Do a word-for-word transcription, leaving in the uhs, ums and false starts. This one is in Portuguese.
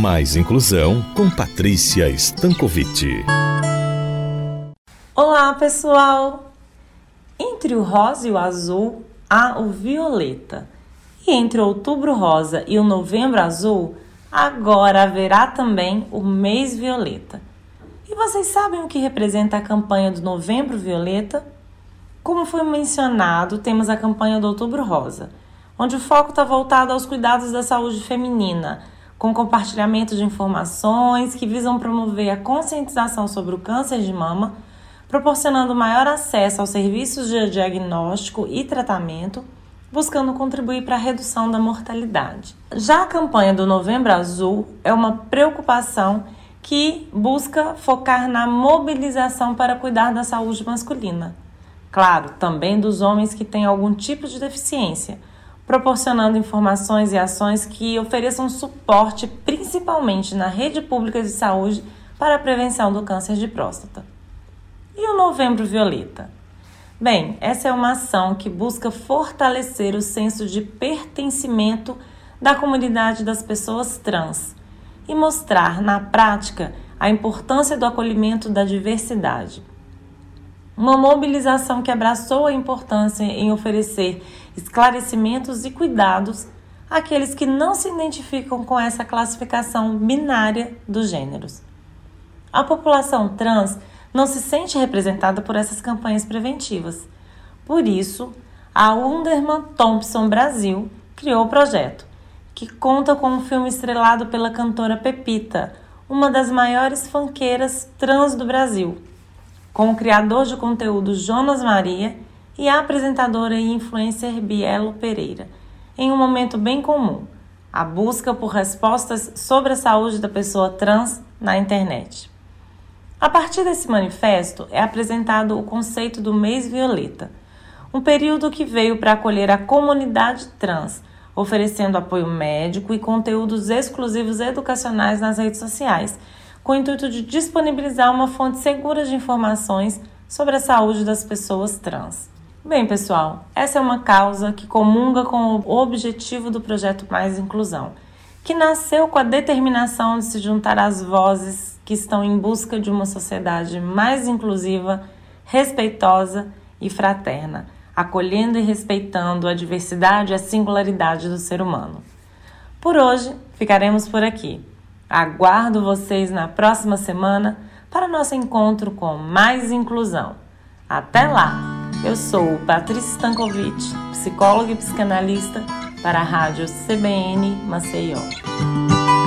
Mais Inclusão com Patrícia Stankovic. Olá, pessoal! Entre o rosa e o azul há o violeta. E entre o outubro rosa e o novembro azul, agora haverá também o mês violeta. E vocês sabem o que representa a campanha do Novembro Violeta? Como foi mencionado, temos a campanha do Outubro Rosa, onde o foco está voltado aos cuidados da saúde feminina, com compartilhamento de informações que visam promover a conscientização sobre o câncer de mama, proporcionando maior acesso aos serviços de diagnóstico e tratamento, buscando contribuir para a redução da mortalidade. Já a campanha do Novembro Azul é uma preocupação que busca focar na mobilização para cuidar da saúde masculina. Claro, também dos homens que têm algum tipo de deficiência, proporcionando informações e ações que ofereçam suporte principalmente na rede pública de saúde para a prevenção do câncer de próstata. E o Novembro Violeta? Bem, essa é uma ação que busca fortalecer o senso de pertencimento da comunidade das pessoas trans e mostrar na prática a importância do acolhimento da diversidade. Uma mobilização que abraçou a importância em oferecer esclarecimentos e cuidados àqueles que não se identificam com essa classificação binária dos gêneros. A população trans não se sente representada por essas campanhas preventivas. Por isso, a Wunderman Thompson Brasil criou o projeto, que conta com um filme estrelado pela cantora Pepita, uma das maiores funkeiras trans do Brasil, com o criador de conteúdo Jonas Maria e a apresentadora e influencer Bielo Pereira, em um momento bem comum, a busca por respostas sobre a saúde da pessoa trans na internet. A partir desse manifesto é apresentado o conceito do mês violeta, um período que veio para acolher a comunidade trans, oferecendo apoio médico e conteúdos exclusivos educacionais nas redes sociais, com o intuito de disponibilizar uma fonte segura de informações sobre a saúde das pessoas trans. Bem, pessoal, essa é uma causa que comunga com o objetivo do projeto Mais Inclusão, que nasceu com a determinação de se juntar às vozes que estão em busca de uma sociedade mais inclusiva, respeitosa e fraterna, acolhendo e respeitando a diversidade e a singularidade do ser humano. Por hoje, ficaremos por aqui. Aguardo vocês na próxima semana para nosso encontro com mais inclusão. Até lá! Eu sou Patrícia Stankovic, psicóloga e psicanalista para a Rádio C B N Maceió.